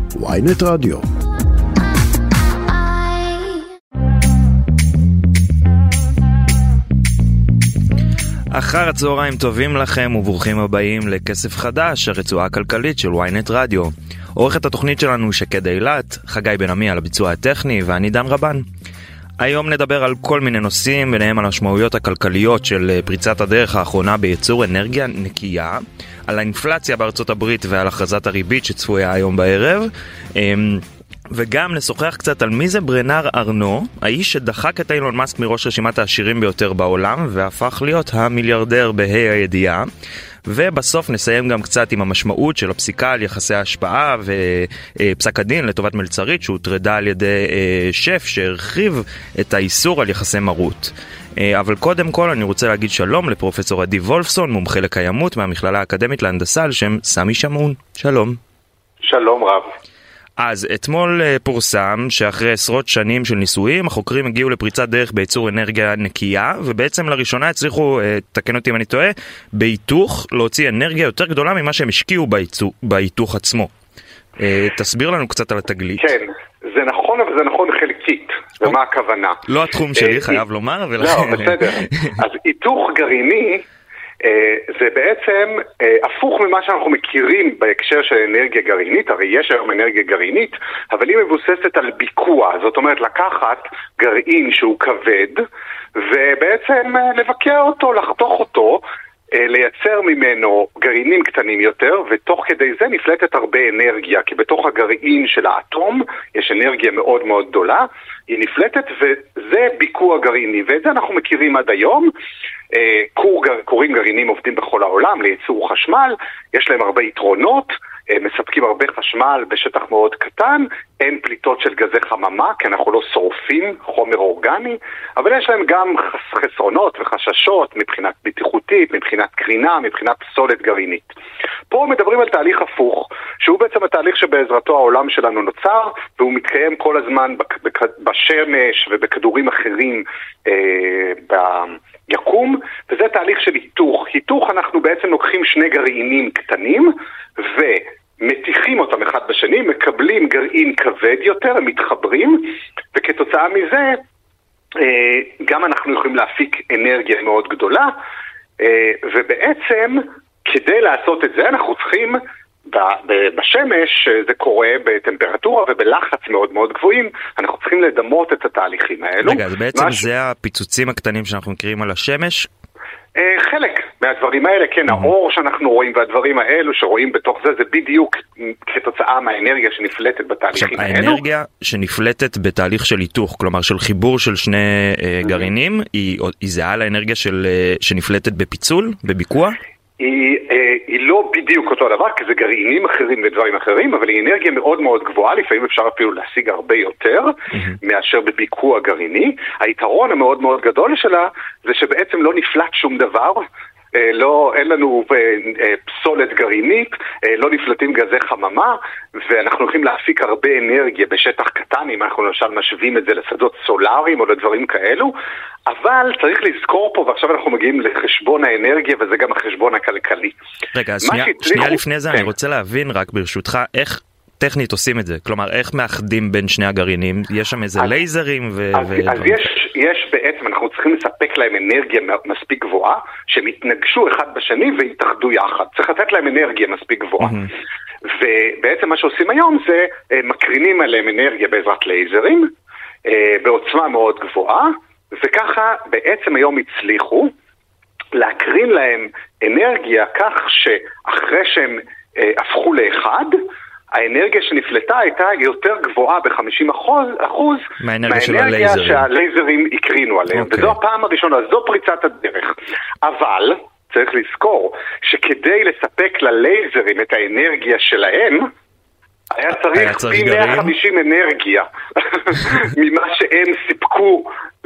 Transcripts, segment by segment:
ynet רדיו. אחר הצהריים טובים לכם וברוכים הבאים לכסף חדש, הרצועה הכלכלית של ynet רדיו. עורכת התוכנית שלנו שקד אילת, חגי בן עמי על הביצוע הטכני ואני דן רבן. היום נדבר על כל מיני נושאים, ביניהם על המשמעויות הכלכליות של פריצת הדרך האחרונה בייצור אנרגיה נקייה, על האינפלציה בארצות הברית ועל הכרזת הריבית שצפויה היום בערב, וגם נשוחח קצת על מי זה ברנר ארנו, האיש שדחק את אילון מאסק מראש רשימת העשירים ביותר בעולם והפך להיות המיליארדר בה"א הידיעה. ובסוף נסיים גם קצת עם המשמעות של הפסיקה על יחסי ההשפעה ופסק הדין לטובת מלצרית שהוטרדה על ידי שף שהרחיב את האיסור על יחסי מרות. אבל קודם כל אני רוצה להגיד שלום לפרופסור עדי וולפסון, מומחה לקיימות מהמכללה האקדמית להנדסה על שם סמי שמעון. שלום. שלום רב. אז אתמול פורסם שאחרי עשרות שנים של ניסויים, החוקרים הגיעו לפריצת דרך בייצור אנרגיה נקייה, ובעצם לראשונה הצליחו, תקן אותי אם אני טועה, בהיתוך להוציא אנרגיה יותר גדולה ממה שהם השקיעו בהיתוך עצמו. תסביר לנו קצת על התגלית. כן, זה נכון, אבל זה נכון חלקית. ומה הכוונה? לא התחום שלי, חייב לומר. לא, בסדר. אז היתוך גרעיני זה בעצם הפוך ממה שאנחנו מכירים בהקשר של אנרגיה גרעינית. הרי יש היום אנרגיה גרעינית, אבל היא מבוססת על ביקוע, זאת אומרת לקחת גרעין שהוא כבד ובעצם לבקע אותו, לחתוך אותו, לייצר ממנו גרעינים קטנים יותר, ותוך כדי זה נפלטת הרבה אנרגיה, כי בתוך הגרעין של האטום יש אנרגיה מאוד מאוד גדולה, היא נפלטת וזה ביקוע גרעיני, ואת זה אנחנו מכירים עד היום. כורים גרעינים עובדים בכל העולם לייצור חשמל, יש להם הרבה יתרונות, מספקים הרבה חשמל בשטח מאוד קטן, אין פליטות של גזי חממה, כי אנחנו לא שורפים חומר אורגני, אבל יש להם גם חסרונות וחששות מבחינת בטיחותית, מבחינת קרינה, מבחינת פסולת גרעינית. פה מדברים על תהליך הפוך, שהוא בעצם התהליך שבעזרתו העולם שלנו נוצר, והוא מתקיים כל הזמן בשמש ובכדורים אחרים ביקום, וזה תהליך של היתוך. היתוך אנחנו בעצם לוקחים שני גרעינים קטנים, ומתיחים אותם אחד בשני, מקבלים גרעין כבד יותר, הם מתחברים, וכתוצאה מזה גם אנחנו יכולים להפיק אנרגיה מאוד גדולה, ובעצם כדי לעשות את זה אנחנו צריכים בשמש, זה קורה בטמפרטורה ובלחץ מאוד מאוד גבוהים, אנחנו צריכים לדמות את התהליכים האלו. רגע, אז בעצם זה הפיצוצים הקטנים שאנחנו מכירים על השמש? חלק מהדברים האלה, כן, האור שאנחנו רואים והדברים האלו שרואים בתוך זה, זה בדיוק כתוצאה מהאנרגיה שנפלטת בתהליכים האלו. האנרגיה שנפלטת בתהליך של היתוך, כלומר של חיבור של שני גרעינים, היא זהה לאנרגיה שנפלטת בפיצול, בביקוע? היא לא בדיוק אותו דבר, כי זה גרעינים אחרים ודברים אחרים, אבל היא אנרגיה מאוד מאוד גבוהה, לפעמים אפשר אפילו להשיג הרבה יותר מאשר בביקוע גרעיני. היתרון המאוד מאוד גדול שלה זה שבעצם לא נפלט שום דבר, אין לנו פסולת גרעינית, לא נפלטים גזי חממה, ואנחנו יכולים להפיק הרבה אנרגיה בשטח קטן, אם אנחנו למשל משווים את זה לשדות סולאריים או לדברים כאלו, אבל צריך לזכור פה, ועכשיו אנחנו מגיעים לחשבון האנרגיה, וזה גם החשבון הכלכלי. רגע, אז שנייה לפני זה, אני רוצה להבין רק ברשותך, איך טכנית עושים את זה? כלומר, איך מאחדים בין שני הגרעינים? יש שם איזה לייזרים אז יש בעצם, אנחנו צריכים לספק להם אנרגיה מספיק גבוהה, שהם יתנגשו אחד בשני ויתאחדו יחד. צריך לתת להם אנרגיה מספיק גבוהה. ובעצם מה שעושים היום זה מקרינים עליהם אנרגיה בעזרת לייזרים, בעוצמה מאוד גבוהה, וככה בעצם היום הצליחו להקרין להם אנרגיה כך שאחרי שהם הפכו לאחד, האנרגיה שנפלטה הייתה יותר גבוהה ב-50% מהאנרגיה שהלייזרים הקרינו עליהם. וזו הפעם הראשונה, זו פריצת הדרך. אבל צריך לזכור שכדי לספק ללייזרים את האנרגיה שלהם, היה צריך פי 150 אנרגיה ממה שהם סיפקו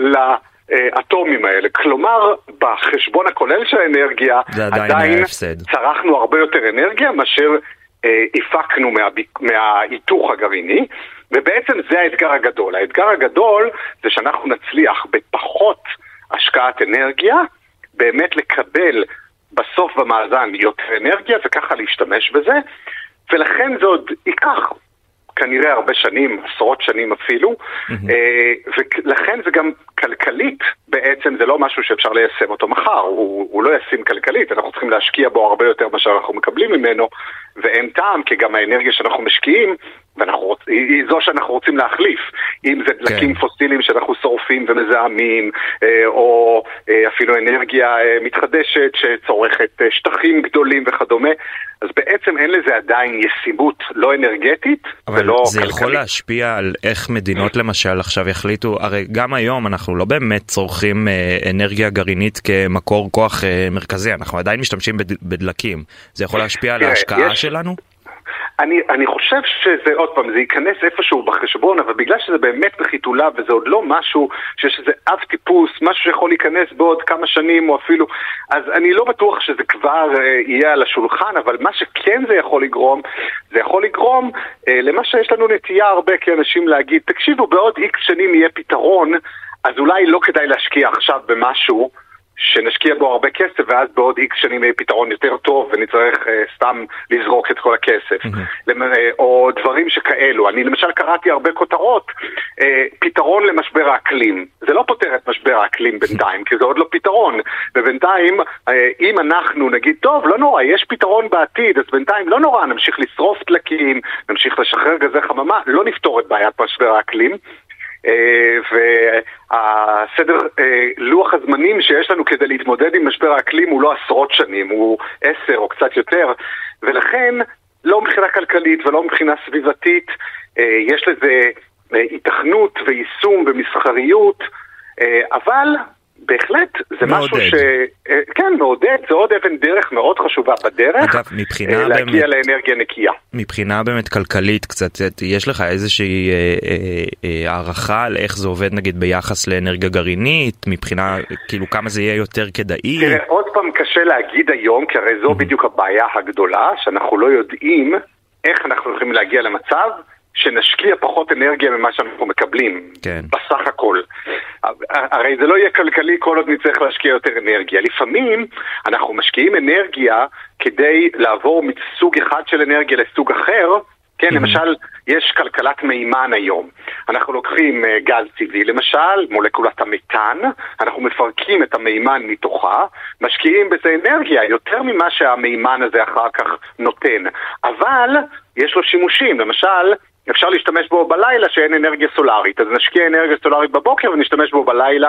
לאטומים האלה. כלומר, בחשבון הכולל של האנרגיה, עדיין צרכנו הרבה יותר אנרגיה מאשר הפקנו מההיתוך הגרעיני, ובעצם זה האתגר הגדול. האתגר הגדול זה שאנחנו נצליח בפחות השקעת אנרגיה, באמת לקבל בסוף במאזן יותר אנרגיה, וככה להשתמש בזה, ולכן זה עוד ייקח כנראה הרבה שנים, עשרות שנים אפילו, ולכן זה גם כלכלית בעצם, זה לא משהו שאפשר ליישם אותו מחר, הוא לא ישים כלכלית, אנחנו צריכים להשקיע בו הרבה יותר מה שאנחנו מקבלים ממנו, ואין טעם, כי גם האנרגיה שאנחנו משקיעים, היא זו שאנחנו רוצים להחליף, אם זה דלקים פוסיליים שאנחנו שורפים ומזהמים, או אפילו אנרגיה מתחדשת שצורכת שטחים גדולים וכדומה, אז בעצם אין לזה עדיין ישימות לא אנרגטית ולא כלכלית. אבל זה יכול להשפיע על איך מדינות למשל עכשיו יחליטו, הרי גם היום אנחנו לא באמת צורכים אנרגיה גרעינית כמקור כוח מרכזי, אנחנו עדיין משתמשים בדלקים, זה יכול להשפיע על ההשקעה שלנו? אני חושב שזה, עוד פעם, זה ייכנס איפשהו בחשבון, אבל בגלל שזה באמת בחיתולה, וזה עוד לא משהו שיש איזה אב טיפוס, משהו שיכול להיכנס בעוד כמה שנים או אפילו, אז אני לא בטוח שזה כבר יהיה על השולחן, אבל מה שכן זה יכול לגרום, זה יכול לגרום למה שיש לנו נטייה הרבה כאנשים להגיד, תקשיבו, בעוד איקס שנים יהיה פתרון, אז אולי לא כדאי להשקיע עכשיו במשהו, שנשקיע בו הרבה כסף, ואז בעוד איקס שנים יהיה פתרון יותר טוב, ונצטרך סתם לזרוק את כל הכסף. או דברים שכאלו. אני למשל קראתי הרבה כותרות, פתרון למשבר האקלים. זה לא פותר את משבר האקלים בינתיים, כי זה עוד לא פתרון. ובינתיים, אם אנחנו נגיד, טוב, לא נורא, יש פתרון בעתיד, אז בינתיים לא נורא, נמשיך לשרוף דלקים, נמשיך לשחרר גזי חממה, לא נפתור את בעיית משבר האקלים. והסדר לוח הזמנים שיש לנו כדי להתמודד עם משבר האקלים הוא לא עשרות שנים, הוא 10 או קצת יותר, ולכן לא מבחינה כלכלית ולא מבחינה סביבתית יש לזה היתכנות ויישום ומסחריות, אבל בהחלט זה משהו כן, מעודד, זה עוד אבן דרך מאוד חשובה בדרך, אגב, להגיע לאנרגיה נקייה. מבחינה באמת כלכלית קצת, יש לך איזושהי הערכה על איך זה עובד נגיד ביחס לאנרגיה גרעינית, מבחינה כאילו כמה זה יהיה יותר כדאי? תראה, עוד פעם קשה להגיד היום, כי הרי זו בדיוק הבעיה הגדולה, שאנחנו לא יודעים איך אנחנו יכולים להגיע למצב שנשקיע פחות אנרגיה ממה שאנחנו מקבלים, בסך הכל. הרי זה לא יהיה כלכלי כל עוד נצטרך להשקיע יותר אנרגיה. לפעמים אנחנו משקיעים אנרגיה כדי לעבור מסוג אחד של אנרגיה לסוג אחר, כן, למשל, יש כלכלת מימן היום. אנחנו לוקחים גז טבעי, למשל, מולקולת המתאן, אנחנו מפרקים את המימן מתוכה, משקיעים בזה אנרגיה, יותר ממה שהמימן הזה אחר כך נותן. אבל יש לו שימושים, למשל, אפשר להשתמש בו בלילה שאין אנרגיה סולארית, אז נשקיע אנרגיה סולארית בבוקר ונשתמש בו בלילה,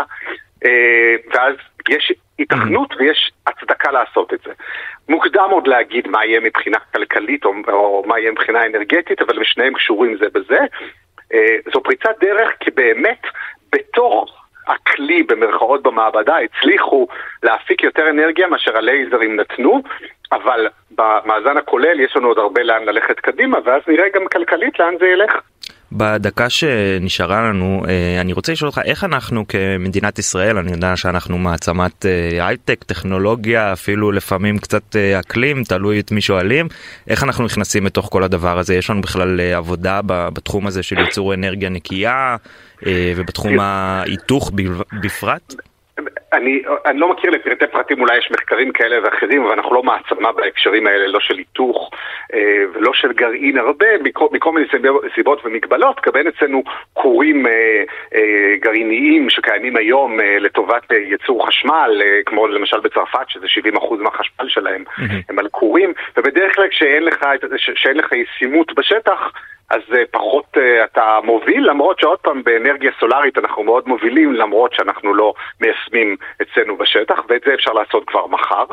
ואז יש התכנות ויש הצדקה לעשות את זה. מוקדם עוד להגיד מה יהיה מבחינה כלכלית או מה יהיה מבחינה אנרגטית, אבל משניהם קשורים זה בזה. זו פריצת דרך כי באמת בתוך הכלי במרכאות במעבדה הצליחו להפיק יותר אנרגיה מאשר הלייזרים נתנו, אבל במאזן הכולל יש לנו עוד הרבה לאן ללכת קדימה, ואז נראה גם כלכלית לאן זה ילך. בדקה שנשארה לנו, אני רוצה לשאול אותך, איך אנחנו כמדינת ישראל, אני יודע שאנחנו מעצמת הייטק, טכנולוגיה, אפילו לפעמים קצת אקלים, תלוי את מי שואלים, איך אנחנו נכנסים לתוך כל הדבר הזה? יש לנו בכלל עבודה בתחום הזה של ייצור אנרגיה נקייה, ובתחום ההיתוך בפרט? אני לא מכיר לפרטי פרטים, אולי יש מחקרים כאלה ואחרים, אבל אנחנו לא מעצמה בהקשרים האלה, לא של היתוך ולא של גרעין הרבה, מכל מיני סיבות ומגבלות, כבין אצלנו קורים גרעיניים שקיימים היום לטובת ייצור חשמל, כמו למשל בצרפת, שזה 70% מהחשמל שלהם, הם על קורים, ובדרך כלל כשאין לך ישימות בשטח, אז פחות אתה מוביל, למרות שעוד פעם באנרגיה סולארית אנחנו מאוד מובילים, למרות שאנחנו לא מיישמים אצלנו בשטח, ואת זה אפשר לעשות כבר מחר.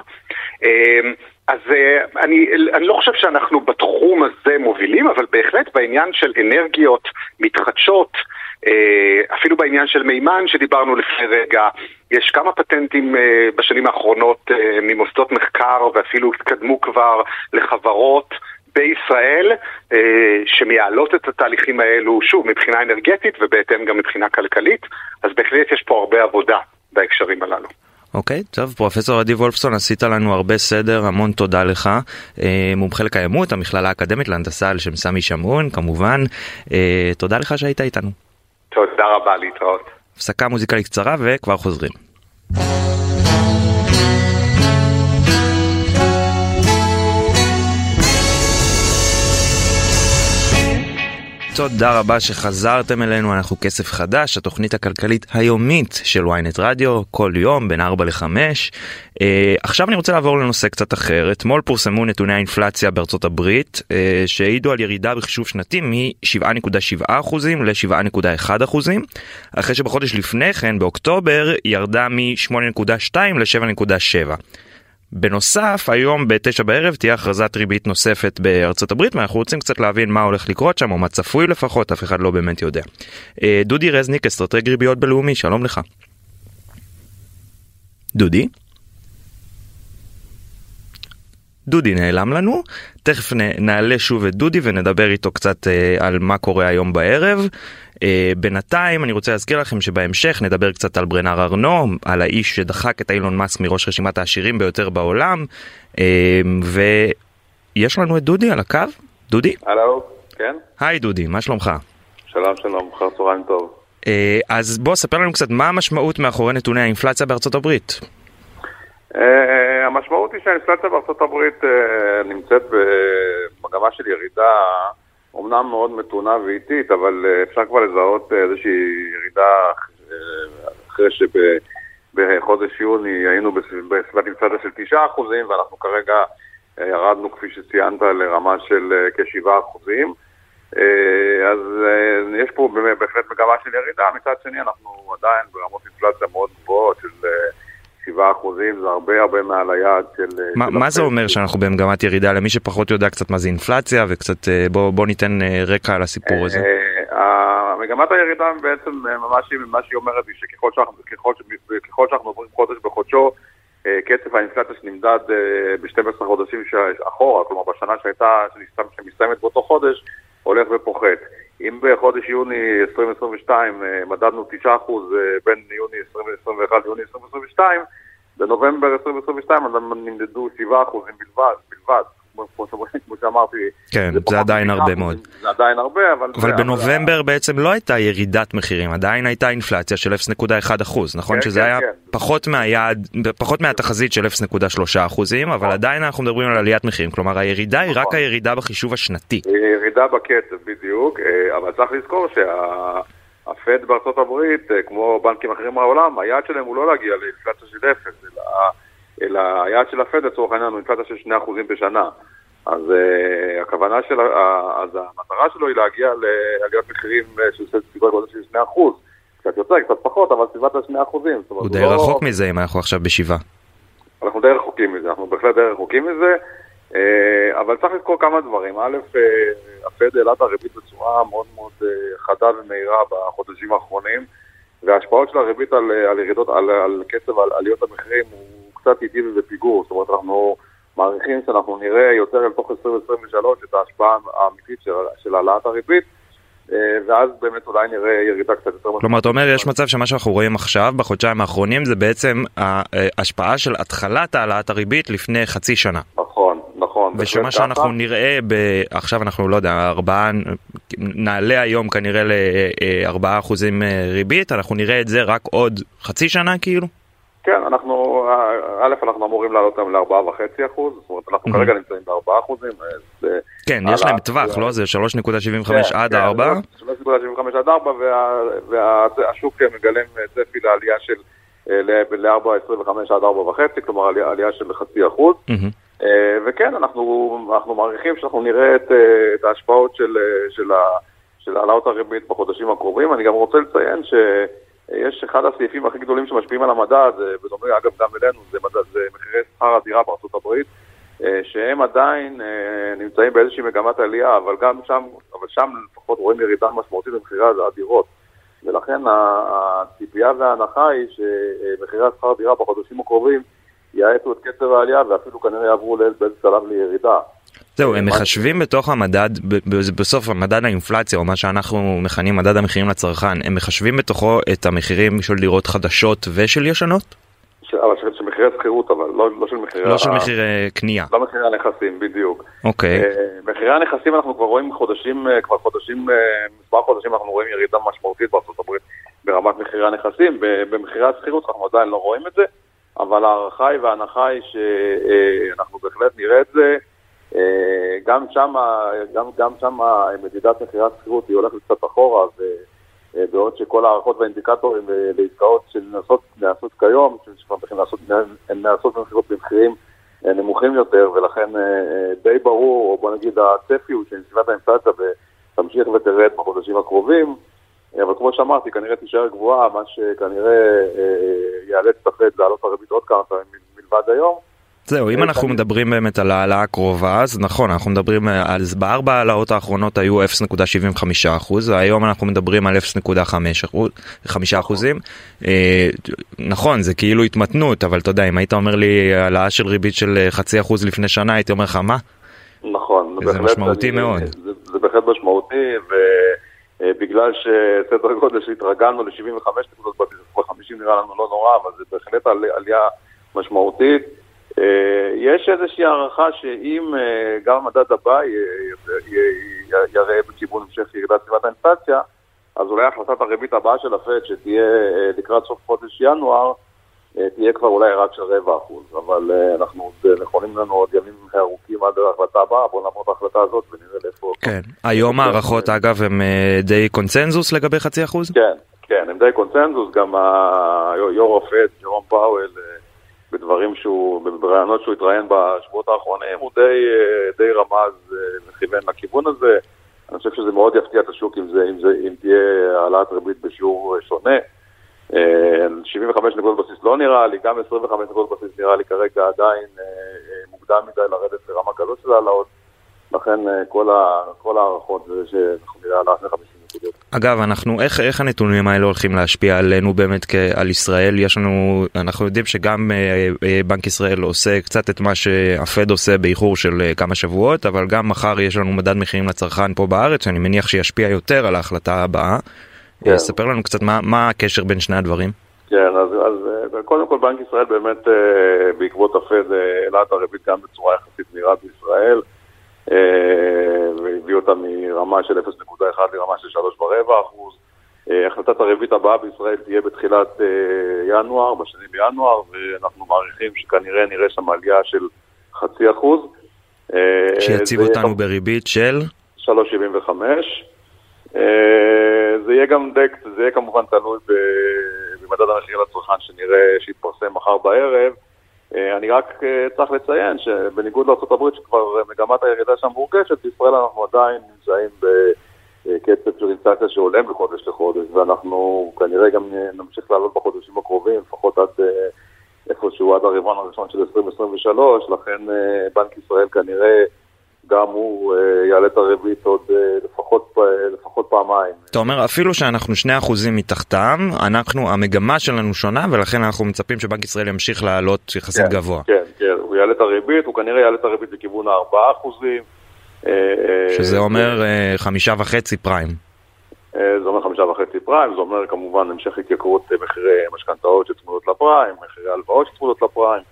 אז אני לא חושב שאנחנו בתחום הזה מובילים, אבל בהחלט בעניין של אנרגיות מתחדשות, אפילו בעניין של מימן שדיברנו לפני רגע, יש כמה פטנטים בשנים האחרונות ממוסדות מחקר, ואפילו התקדמו כבר לחברות בישראל שמייעלות את התהליכים האלו, שוב, מבחינה אנרגטית ובהתאם גם מבחינה כלכלית, אז בהחלט יש פה הרבה עבודה בהקשרים הללו. אוקיי, טוב, פרופסור עדי וולפסון, עשית לנו הרבה סדר, המון תודה לך. מומחה לקיימות, המכללה האקדמית להנדסה על שם סמי שמעון, כמובן. תודה לך שהיית איתנו. תודה רבה, להתראות. הפסקה מוזיקלית קצרה וכבר חוזרים. תודה רבה שחזרתם אלינו, אנחנו כסף חדש, התוכנית הכלכלית היומית של ynet רדיו, כל יום בין 4 ל-5. עכשיו אני רוצה לעבור לנושא קצת אחר. אתמול פורסמו נתוני האינפלציה בארצות הברית, שהעידו על ירידה בחישוב שנתי מ-7.7% ל-7.1%, אחרי שבחודש לפני כן, באוקטובר, ירדה מ-8.2 ל-7.7. בנוסף, היום ב-9 בערב תהיה הכרזת ריבית נוספת בארצות הברית, ואנחנו רוצים קצת להבין מה הולך לקרות שם, או מה צפוי לפחות, אף אחד לא באמת יודע. דודי רזניק, אסטרטג ריביות בלאומי, שלום לך. דודי? דודי נעלם לנו, תכף נעלה שוב את דודי ונדבר איתו קצת על מה קורה היום בערב. בינתיים אני רוצה להזכיר לכם שבהמשך נדבר קצת על ברנר ארנו, על האיש שדחק את אילון מאסק מראש רשימת העשירים ביותר בעולם, ויש לנו את דודי על הקו. דודי? הלו, כן? היי דודי, מה שלומך? שלום שלום, אחר צהריים טוב. אז בוא ספר לנו קצת מה המשמעות מאחורי נתוני האינפלציה בארצות הברית. המשמעות היא שהאינפלציה בארצות הברית נמצאת במגמה של ירידה אומנם מאוד מתונה ואיטית, אבל אפשר כבר לזהות איזושהי ירידה אחרי שבחודש יוני היינו בסביבת אינפלציה של 9%, ואנחנו כרגע ירדנו, כפי שציינת, לרמה של כ7%. אז יש פה בהחלט מגמה של ירידה. מצד שני אנחנו עדיין ברמות אינפלציה מאוד גבוהות של 7%, זה הרבה מעל היעד של... מה זה אומר שאנחנו במגמת ירידה? למי שפחות יודע קצת מה זה אינפלציה, וקצת בוא ניתן רקע על הסיפור הזה. מגמת הירידה בעצם מה שהיא אומרת היא שככל שאנחנו עוברים חודש בחודשו, קצב האינפלציה שנמדד ב-12 חודשים אחורה, כלומר בשנה שמסתיימת באותו חודש, הולך ופוחת. אם בחודש יוני 2022 מדדנו 9% בין יוני 2021 ליוני 2022, בנובמבר 2022 נמדדו 7% בלבד. כמו שאמרתי, כן, זה עדיין הרבה מאוד. זה עדיין הרבה, אבל בנובמבר בעצם לא הייתה ירידת מחירים, עדיין הייתה אינפלציה של 0.1%, נכון? שזה היה פחות מהתחזית של 0.3%, אבל עדיין אנחנו מדברים על עליית מחירים, כלומר הירידה היא רק הירידה בחישוב השנתי. היא ירידה בקצב בדיוק, אבל צריך לזכור שהפד בארצות הברית, כמו בנקים אחרים מהעולם, היעד שלהם הוא לא להגיע לאינפלציה של 0, אלא היעד של הפד לצורך העניין הוא אינפלציה של 2% בשנה. אז הכוונה של, אז המטרה שלו היא להגיע לעליית מחירים של סביבות גודל של 2%. קצת יותר, קצת פחות, אבל סביבת ה2%. הוא די רחוק מזה אם אנחנו עכשיו ב7. אנחנו די רחוקים מזה, אנחנו בהחלט די רחוקים מזה, אבל צריך לזכור כמה דברים. א', הפד העלה את הריבית בצורה מאוד מאוד חדה ומהירה בחודשים האחרונים, וההשפעות של הריבית על ירידות, על קצב, על עליות המחירים הוא קצת איטי ובפיגור. זאת אומרת, אנחנו מעריכים שאנחנו נראה יותר אל תוך 2023 את ההשפעה האמיתית של העלאת הריבית, ואז באמת אולי נראה ירידה קצת יותר... כלומר, אתה אומר, יש מצב שמה שאנחנו רואים עכשיו, בחודשיים האחרונים, זה בעצם ההשפעה של התחלת העלאת הריבית לפני חצי שנה. נכון. ושמה שאנחנו נראה, עכשיו אנחנו לא יודע, נעלה היום כנראה ל4% ריבית, אנחנו נראה את זה רק עוד חצי שנה כאילו? כן, אנחנו אמורים לעלות אותם ל4.5%, זאת אומרת, אנחנו כרגע נמצאים ב4%. כן, יש להם טווח, לא? זה 3.75 עד 4? 3.75 עד 4, והשוק מגלם צפי לעלייה של ל-4.25 עד 4.5, כלומר עלייה של 0.5%. וכן, אנחנו מעריכים שאנחנו נראה את ההשפעות של העלאות הריבית בחודשים הקרובים. אני גם רוצה לציין שיש אחד הסעיפים הכי גדולים שמשפיעים על המדד, ודומה אגב גם אלינו, זה מחירי שכר הדירה בארצות הברית, שהם עדיין נמצאים באיזושהי מגמת עלייה, אבל שם לפחות רואים ירידה משמעותית במחירי הדירות. ולכן הציפייה וההנחה היא שמחירי שכר הדירה בחודשים הקרובים יעטו את קצב העלייה, ואפילו כנראה יעברו באיזה שלב לירידה. זהו, הם מחשבים בתוך המדד, בסוף המדד האינפלציה, או מה שאנחנו מכנים מדד המחירים לצרכן, הם מחשבים בתוכו את המחירים של דירות חדשות ושל ישנות? אבל של מחירי שכירות, אבל לא של מחירי... לא של מחירי קנייה. לא מחירי הנכסים, בדיוק. אוקיי. מחירי הנכסים אנחנו כבר רואים מספר חודשים אנחנו רואים ירידה משמעותית בארצות הברית ברמת מחירי הנכסים. במחירי השכירות אנחנו עדיין לא רואים את זה, אבל הערכה היא וההנחה היא שאנחנו בהחלט נראה את זה, גם שם מדידת מחירת שכירות היא הולכת קצת אחורה, בעוד שכל הערכות והאינדיקטורים לעסקאות שנעשות כיום, הן נעשות במחירים נמוכים יותר, ולכן די ברור, או בוא נגיד הצפי הוא שנסיבת האינפלציה תמשיך ותרד בחודשים הקרובים, אבל כמו שאמרתי, כנראה תישאר גבוהה, מה שכנראה יאלץ את הפד לעלות הריבית עוד כמה פעמים מלבד היום. זהו, אם אנחנו מדברים באמת על העלאה הקרובה, אז נכון, אנחנו מדברים על בארבע העלאות האחרונות היו 0.75%, היום אנחנו מדברים על 0.5%. נכון, זה כאילו התמתנות, אבל אתה יודע, אם היית אומר לי העלאה של ריבית של 0.5% לפני שנה, הייתי אומר לך, מה? נכון. זה משמעותי מאוד. זה בהחלט משמעותי, ובגלל שסדר גודל שהתרגלנו ל-75 נקודות בסיס, 50 נראה לנו לא נורא, אבל זה בהחלט עלייה משמעותית. יש איזושהי הערכה שאם גם המדד הבא יראה בכיוון המשך ירידת סביבת האינפלציה, אז אולי החלטת הריבית הבאה של הפד שתהיה לקראת סוף חודש ינואר, תהיה כבר אולי רק של 0.25%, אבל אנחנו נכונים לנו עוד ימים ארוכים עד ההחלטה הבאה, בואו נעבור את ההחלטה הזאת ונראה לאיפה... כן, היום הערכות אגב הם די קונצנזוס לגבי 0.5%? כן, הם די קונצנזוס, גם יו"ר הפד, ג'רום פאוול, ברעיונות שהוא התראיין בשבועות האחרונים, הוא די רמז וכיוון לכיוון הזה. אני חושב שזה מאוד יפתיע את השוק אם תהיה העלאת ריבית בשיעור שונה. 75 נקודות בסיס לא נראה לי, גם 25 נקודות בסיס נראה לי כרגע עדיין מוקדם מדי לרדת לרמה כזאת של העלאות. לכן כל הערכות זה שאנחנו נראה העלאה 50 נקודות. אגב, איך הנתונים האלה הולכים להשפיע עלינו באמת כעל ישראל? אנחנו יודעים שגם בנק ישראל עושה קצת את מה שהפד עושה באיחור של כמה שבועות, אבל גם מחר יש לנו מדד מחירים לצרכן פה בארץ, שאני מניח שישפיע יותר על ההחלטה הבאה. ספר לנו קצת מה הקשר בין שני הדברים. כן, אז קודם כל בנק ישראל באמת בעקבות הפד העלה את הריבית גם בצורה יחסית מהירה בישראל, והביא אותה מרמה של 0.1 לרמה של 3.25%. החלטת הריבית הבאה בישראל תהיה בתחילת ינואר, בשני בינואר, ואנחנו מעריכים שכנראה נראה שם עלייה של 0.5%. שיציב אותנו בריבית של? 3.75. זה יהיה כמובן תלוי במדד המחיר לצרכן שנראה שיתפרסם מחר בערב. אני רק צריך לציין שבניגוד לארצות הברית שכבר מגמת הירידה שם מורגשת, בישראל אנחנו עדיין נמצאים בקצב של אינפלציה שעולה מחודש לחודש, ואנחנו כנראה גם נמשיך לעלות בחודשים הקרובים, לפחות עד איפשהו עד הרבעון הראשון של 2023, לכן בנק ישראל כנראה גם הוא יעלה את הריבית עוד לפחות פעמיים. אתה אומר, אפילו שאנחנו 2% מתחתם, המגמה שלנו שונה, ולכן אנחנו מצפים שבנק ישראל ימשיך לעלות יחסית גבוה. כן, הוא יעלה את הריבית, הוא כנראה יעלה את הריבית לכיוון 4%. שזה אומר 5.5 פריים. זה אומר 5.5 פריים, זה אומר כמובן המשך התייקרות מחירי משכנתאות שצמודות לפריים, מחירי הלוואות שצמודות לפריים.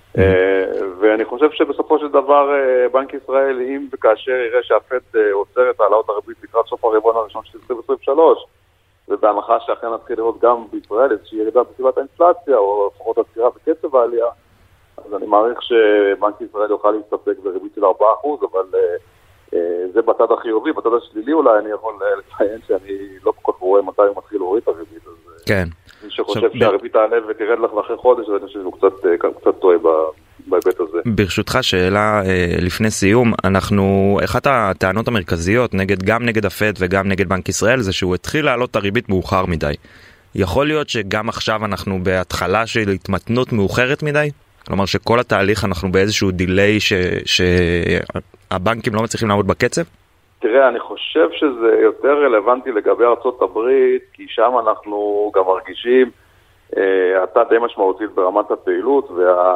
ואני חושב שבסופו של דבר בנק ישראל, אם וכאשר יראה שהפד עוצר את העלאות הריבית לקראת סוף הרבעון הראשון של 2023, ובהנחה שאכן נתחיל לראות גם בישראל איזושהי ירידה בסביבת האינפלציה, או לפחות עצירה בקצב העלייה, אז אני מעריך שבנק ישראל יוכל להסתפק בריבית של 4%, אבל זה בצד החיובי. בצד השלילי אולי אני יכול לציין שאני לא כל כך רואה מתי הוא מתחיל להוריד את הריבית, אז כן. מי שחושב שהריבית תעלה ותרד לך אחרי חודש, אני חושב שהוא קצת טועה בהיבט הזה. ברשותך שאלה לפני סיום, אחת הטענות המרכזיות גם נגד הפד וגם נגד בנק ישראל זה שהוא התחיל לעלות את הריבית מאוחר מדי. יכול להיות שגם עכשיו אנחנו בהתחלה של התמתנות מאוחרת מדי? כלומר שכל התהליך אנחנו באיזשהו דיליי שהבנקים לא מצליחים לעמוד בקצב? תראה, אני חושב שזה יותר רלוונטי לגבי ארצות הברית, כי שם אנחנו גם מרגישים האטה די משמעותית ברמת הפעילות,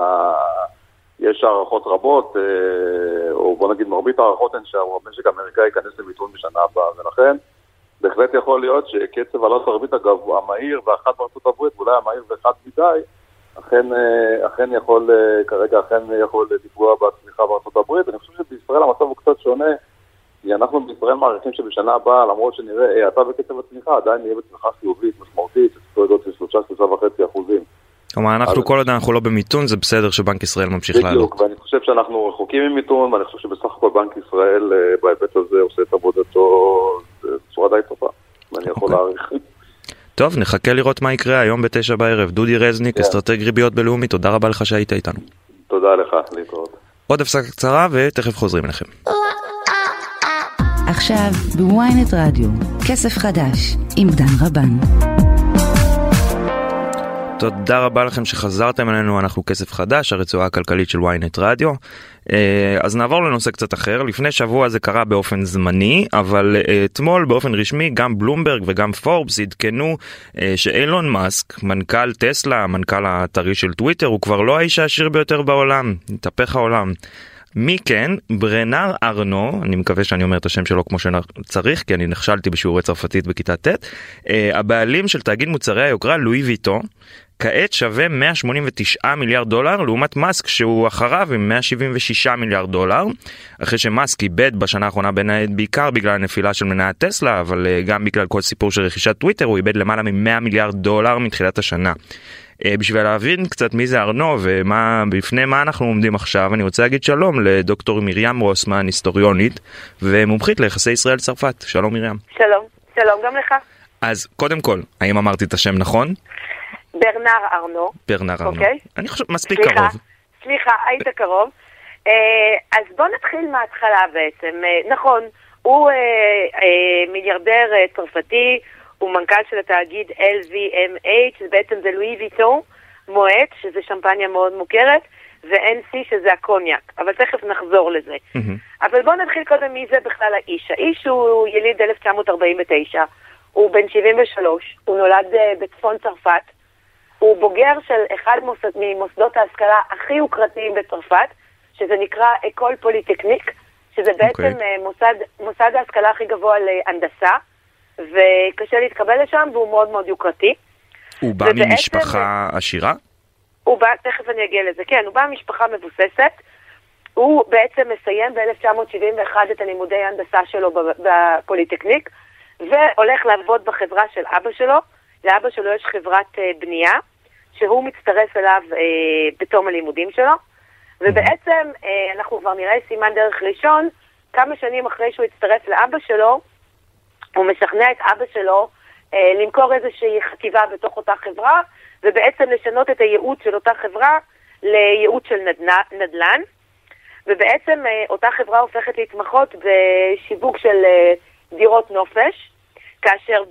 ויש הערכות רבות, או בוא נגיד מרבית הערכות הן שהמשק האמריקאי ייכנס למיתון בשנה הבאה, ולכן בהחלט יכול להיות שקצב העלאת הריבית המהיר והחד בארצות הברית, ואולי המהיר ואחד מדי, אכן יכול, כרגע אכן יכול לפגוע בצמיחה בארצות הברית. אני חושב שבישראל המצב הוא קצת שונה, כי אנחנו בישראל מעריכים שבשנה הבאה, למרות שנראה האטה בקצב הצמיחה, עדיין נהיה בצמיחה חיובית, משמעותית, שצריך להיות של 3.5%. כלומר, אנחנו כל עוד אנחנו לא במיתון, זה בסדר שבנק ישראל ממשיך לעלות. בדיוק, ואני חושב שאנחנו רחוקים ממיתון, ואני חושב שבסך הכל בנק ישראל בהיבט הזה עושה את עבודתו בצורה די טובה, ואני יכול להעריך. טוב, נחכה לראות מה יקרה היום ב9 בערב. דודי רזניק, אסטרטג ריביות בלאומי, תודה רבה לך שהיית איתנו. תודה לך, להתראות. עוד הפסקה קצרה ותכף חוזרים אליכם. עכשיו בוויינט רדיו, כסף חדש עם דן רבן. תודה רבה לכם שחזרתם אלינו, אנחנו כסף חדש, הרצועה הכלכלית של וויינט רדיו. אז נעבור לנושא קצת אחר. לפני שבוע זה קרה באופן זמני, אבל אתמול באופן רשמי גם בלומברג וגם פורבס עדכנו שאילון מאסק, מנכ"ל טסלה, המנכ"ל הטרי של טוויטר, הוא כבר לא האיש העשיר ביותר בעולם, התהפך העולם. מי כן? ברנר ארנו, אני מקווה שאני אומר את השם שלו כמו שצריך, כי אני נכשלתי בשיעורי צרפתית בכיתה ט', הבעלים של תאגיד מוצרי היוקרה לואי ויטו, כעת שווה 189 מיליארד דולר, לעומת מאסק שהוא אחריו עם 176 מיליארד דולר, אחרי שמאסק איבד בשנה האחרונה בעיקר בגלל הנפילה של מניה טסלה, אבל גם בגלל כל סיפור של רכישת טוויטר, הוא איבד למעלה מ100 מיליארד דולר מתחילת השנה. בשביל להבין קצת מי זה ארנו ובפני מה אנחנו עומדים עכשיו, אני רוצה להגיד שלום לדוקטור מרים רוסמן, היסטוריונית ומומחית ליחסי ישראל-צרפת. שלום מרים. שלום, שלום גם לך. אז קודם כל, האם אמרתי את השם נכון? ברנר ארנו. ברנר ארנו. אוקיי. אני חושב מספיק קרוב. סליחה, היית קרוב. אז בוא נתחיל מההתחלה בעצם. נכון, הוא מיליארדר צרפתי, הוא מנכ"ל של התאגיד LVMH, בעצם זה לואי ויטון מועט, שזה שמפניה מאוד מוכרת, ו-NC שזה הקוניאק, אבל תכף נחזור לזה. אבל בואו נתחיל קודם מי זה בכלל האיש. האיש הוא יליד 1949, הוא בן 73, הוא נולד בצפון צרפת, הוא בוגר של אחד ממוסדות ההשכלה הכי יוקרתיים בצרפת, שזה נקרא אקול פוליטקניק, שזה בעצם מוסד ההשכלה הכי גבוה להנדסה, וקשה להתקבל לשם, והוא מאוד מאוד יוקרתי. הוא בא ממשפחה עשירה? הוא בא, תכף אני אגיע לזה, כן, הוא בא ממשפחה מבוססת. הוא בעצם מסיים ב-1971 את הלימודי ההנדסה שלו בפוליטקניק, והולך לעבוד בחברה של אבא שלו. לאבא שלו יש חברת בנייה, שהוא מצטרף אליו בתום הלימודים שלו, ובעצם אנחנו כבר נראה סימן דרך ראשון, כמה שנים אחרי שהוא הצטרף לאבא שלו, הוא משכנע את אבא שלו למכור איזושהי חטיבה בתוך אותה חברה, ובעצם לשנות את הייעוד של אותה חברה לייעוד של נדל"ן, ובעצם אותה חברה הופכת להתמחות בשיווק של דירות נופש, כאשר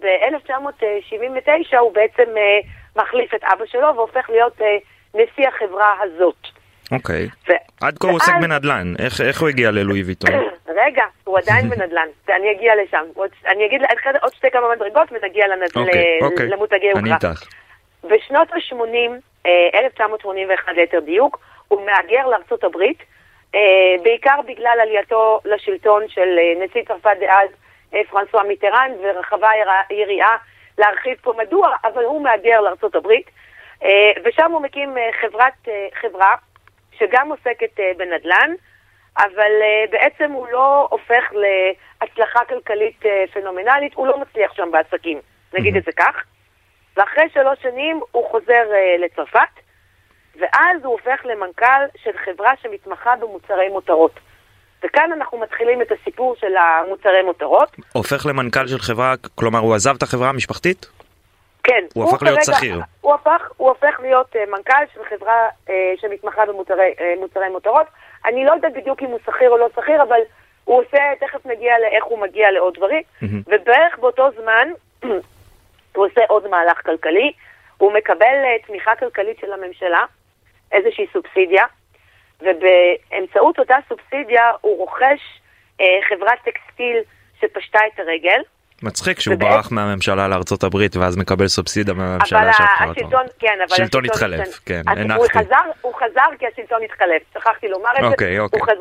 ב-1979 הוא בעצם מחליף את אבא שלו והופך להיות נשיא החברה הזאת. אוקיי. עד כה הוא עוסק בנדל"ן. איך הוא הגיע ללואי ויטון? רגע, הוא עדיין בנדל"ן. אני אגיע לשם. אני אגיד עוד שתי כמה מדרגות ונגיע למותגי יוקרה. אני איתך. בשנות ה-80, 1981 ליתר דיוק, הוא מהגר לארצות הברית, בעיקר בגלל עלייתו לשלטון של נשיא צרפת דאז, פרנסואה מיטרן, ורחבה יריעה להרחיב פה מדוע, אבל הוא מהגר לארצות הברית, ושם הוא מקים חברה שגם עוסקת בנדל"ן, אבל בעצם הוא לא הופך להצלחה כלכלית פנומנלית, הוא לא מצליח שם בעסקים, נגיד את זה כך. ואחרי 3 שנים הוא חוזר לצרפת, ואז הוא הופך למנכ"ל של חברה שמתמחה במוצרי מותרות. וכאן אנחנו מתחילים את הסיפור של המוצרי מותרות. הופך למנכ"ל של חברה, כלומר הוא עזב את החברה המשפחתית? כן. הוא הפך להיות שכיר. הוא הופך להיות מנכ"ל של חברה שמתמחה במוצרי מותרות. אני לא יודעת בדיוק אם הוא שכיר או לא שכיר, אבל הוא עושה, תכף נגיע לאיך הוא מגיע לעוד דברים, ובערך באותו זמן הוא עושה עוד מהלך כלכלי, הוא מקבל תמיכה כלכלית של הממשלה, איזושהי סובסידיה, ובאמצעות אותה סובסידיה הוא רוכש חברת טקסטיל שפשטה את הרגל. מצחיק שהוא ברח מהממשלה לארצות הברית ואז מקבל סובסידיה מהממשלה שהפכה אותו. השלטון התחלף, כן, הנחתי. הוא חזר כי השלטון התחלף, שכחתי לומר את זה. אוקיי.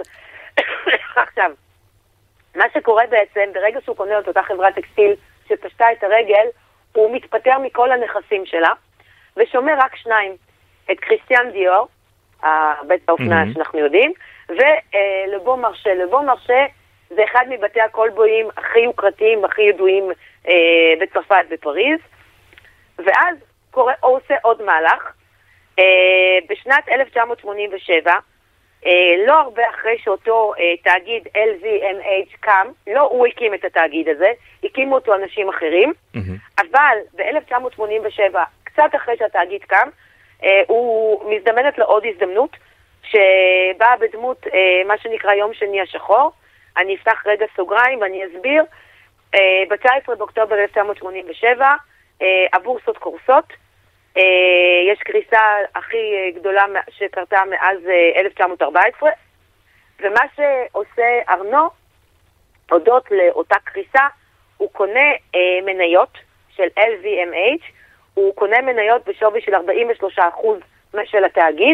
עכשיו, מה שקורה בעצם, ברגע שהוא קונה את אותה חברת טקסטיל שפשטה את הרגל, הוא מתפטר מכל הנכסים שלה, ושומר רק 2, את קריסטיאן דיור, בית האופנה שאנחנו יודעים, ולבו מרשה. לבו מרשה זה אחד מבתי הקולבויים הכי יוקרתיים, הכי ידועים בצרפת, בפריז, ואז הוא עושה עוד מהלך, בשנת 1987, לא הרבה אחרי שאותו תאגיד LVMH קם, לא הוא הקים את התאגיד הזה, הקימו אותו אנשים אחרים, אבל ב-1987, קצת אחרי שהתאגיד קם, הוא מזדמנת לו עוד הזדמנות, שבאה בדמות מה שנקרא יום שני השחור. אני אפתח רגע סוגריים ואני אסביר. ב-19 באוקטובר 1987, הבורסות קורסות, יש קריסה הכי גדולה שקרתה מאז 1914, ומה שעושה ארנו, הודות לאותה קריסה, הוא קונה מניות של LVMH, הוא קונה מניות בשווי של 43% של התאגיד,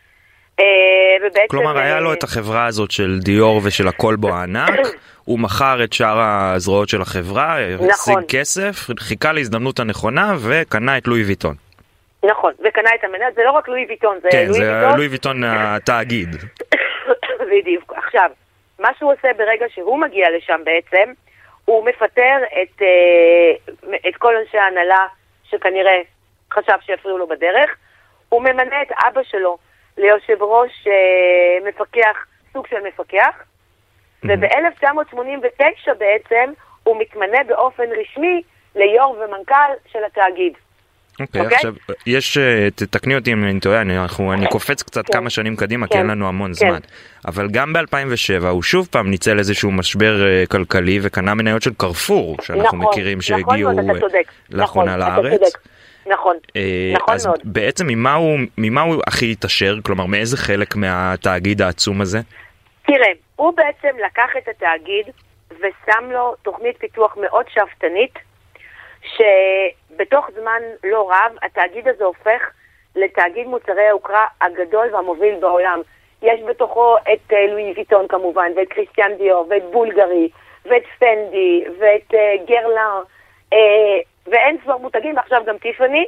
כלומר היה לו את החברה הזאת של דיור ושל הכל בו הענק, הוא מכר את שאר הזרועות של החברה, השיג כסף, חיכה להזדמנות הנכונה וקנה את לואי ויטון. נכון, וקנה את המניות, זה לא רק לואי ויטון, זה כן, זה לואי ויטון התאגיד. בדיוק. עכשיו, מה שהוא עושה ברגע שהוא מגיע לשם בעצם, הוא מפטר את כל אנשי ההנהלה שכנראה חשב שיפריעו לו בדרך, הוא ממנה את אבא שלו ליושב ראש מפקח, סוג של מפקח, וב-1989 בעצם הוא מתמנה באופן רשמי ליו"ר ומנכ"ל של התאגיד. אוקיי, עכשיו, תתקני אותי אם אני טועה, אני קופץ קצת כמה שנים קדימה, כי אין לנו המון זמן. אבל גם ב-2007 הוא שוב פעם ניצל איזשהו משבר כלכלי וקנה מניות של קרפור, שאנחנו מכירים שהגיעו לאחרונה לארץ. נכון, נכון אז מאוד. בעצם ממה הוא הכי התאשר? כלומר, מאיזה חלק מהתאגיד העצום הזה? תראה, הוא בעצם לקח את התאגיד ושם לו תוכנית פיתוח מאוד שאפתנית, שבתוך זמן לא רב התאגיד הזה הופך לתאגיד מוצרי היוקרה הגדול והמוביל בעולם. יש בתוכו את לואי ויטון כמובן, ואת קריסטיאן דיור, ואת בולגרי, ואת פנדי, ואת גרלן, ואין ספר מותגים, ועכשיו גם טיפני,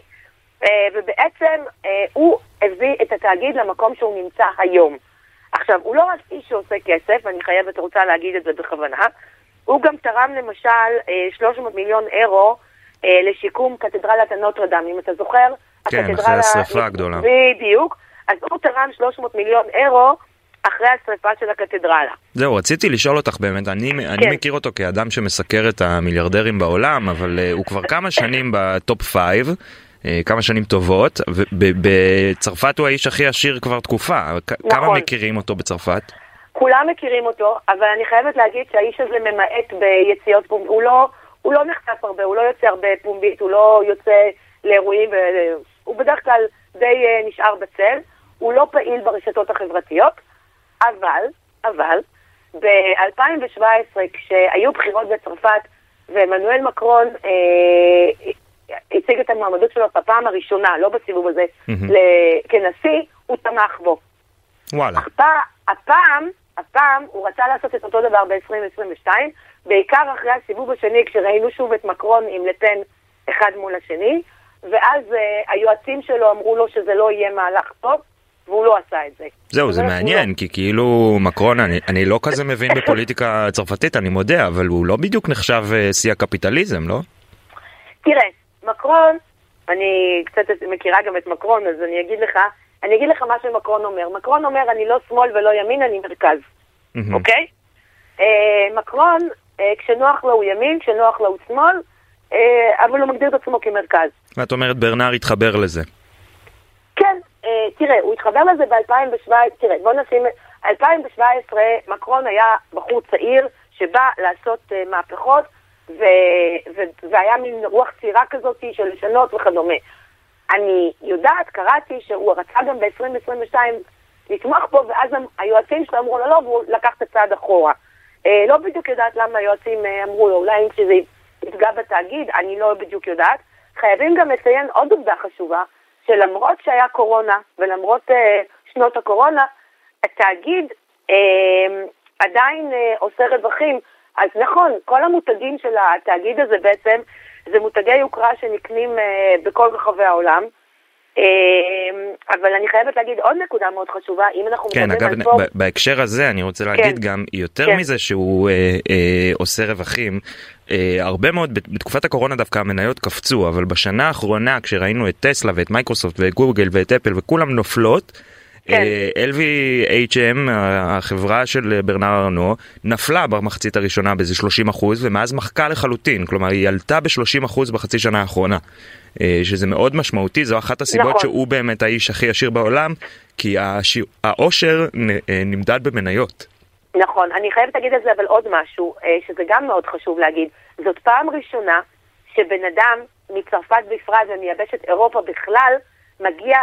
ובעצם הוא הביא את התאגיד למקום שהוא נמצא היום. עכשיו, הוא לא רק איש שעושה כסף, אני חייבת רוצה להגיד את זה בכוונה, הוא גם תרם למשל 300 מיליון אירו לשיקום קתדרלת הנוטרדם, אם אתה זוכר. כן, אחרי השריפה הגדולה. בדיוק, אז הוא תרם 300 מיליון אירו אחרי השריפה של הקתדרלה. זהו, רציתי לשאול אותך באמת, אני מכיר אותו כאדם שמסקר את המיליארדרים בעולם, אבל הוא כבר כמה שנים בטופ 5, כמה שנים טובות, ובצרפת הוא האיש הכי עשיר כבר תקופה. כמה מכירים אותו בצרפת? כולם מכירים אותו, אבל אני חייבת להגיד שהאיש הזה ממעט ביציאות פומבית. הוא לא נחשף הרבה, הוא לא יוצא הרבה פומבית, הוא לא יוצא לאירועים, הוא בדרך כלל די נשאר בצל, הוא לא פעיל ברשתות החברתיות, אבל ב-2017 כשהיו בחירות בצרפת ומנואל מקרון הציג את המעמדות שלו בפעם הראשונה, לא בסיבוב הזה, כנשיא, הוא תמך בו. וואלה. הפעם הוא רצה לעשות את אותו דבר ב-2022, בעיקר אחרי הסיבוב השני, כשראינו שוב את מקרון עם לפן אחד מול השני, ואז היועצים שלו אמרו לו שזה לא יהיה מהלך טוב, והוא לא עשה את זה. זהו, זה מעניין, כי כאילו מקרון, אני לא כזה מבין בפוליטיקה צרפתית, אני מודה, אבל הוא לא בדיוק נחשב שיא הקפיטליזם, לא? תראה, מקרון, אני קצת מכירה גם את מקרון, אז אני אגיד לך מה שמקרון אומר. מקרון אומר, אני לא שמאל ולא ימין, אני מרכז. אוקיי? מקרון, כשנוח לו הוא ימין, כשנוח לו הוא שמאל, אבל הוא מגדיר את עצמו כמרכז. ואת אומרת, ברנר התחבר לזה. כן, תראה, הוא התחבר לזה ב-2017, תראה, בוא נשים, 2017 מקרון היה בחור צעיר שבא לעשות מהפכות, והיה מין רוח צעירה כזאת של לשנות וכדומה. אני יודעת, קראתי שהוא רצה גם ב-2022 לתמוך פה, ואז היועצים שלו אמרו לו לא, והוא לקח את הצעד אחורה. לא בדיוק יודעת למה היועצים אמרו לו, אולי אם שזה יפגע בתאגיד, אני לא בדיוק יודעת. חייבים גם לציין עוד עובדה חשובה, שלמרות שהיה קורונה, ולמרות שנות הקורונה, התאגיד עדיין עושה רווחים. אז נכון, כל המותגים של התאגיד הזה בעצם, זה מותגי יוקרה שנקנים בכל רחבי העולם. אבל אני חייבת להגיד עוד נקודה מאוד חשובה, אם אנחנו כן, אגב, בהקשר הזה אני רוצה להגיד גם יותר מזה שהוא עושה רווחים, הרבה מאוד, בתקופת הקורונה דווקא המניות קפצו, אבל בשנה האחרונה כשראינו את טסלה ואת מייקרוסופט ואת גוגל ואת אפל וכולם נופלות, LVHM, החברה של ברנרד ארנו, נפלה במחצית הראשונה באיזה 30%, ומאז מחקה לחלוטין, כלומר היא עלתה ב-30% בחצי שנה האחרונה, שזה מאוד משמעותי, זו אחת הסיבות שהוא באמת האיש הכי עשיר בעולם, כי העושר נמדד במניות. נכון, אני חייבת להגיד את זה, אבל עוד משהו, שזה גם מאוד חשוב להגיד, זאת פעם ראשונה שבן אדם מצרפת בפרט ומייבשת אירופה בכלל, מגיע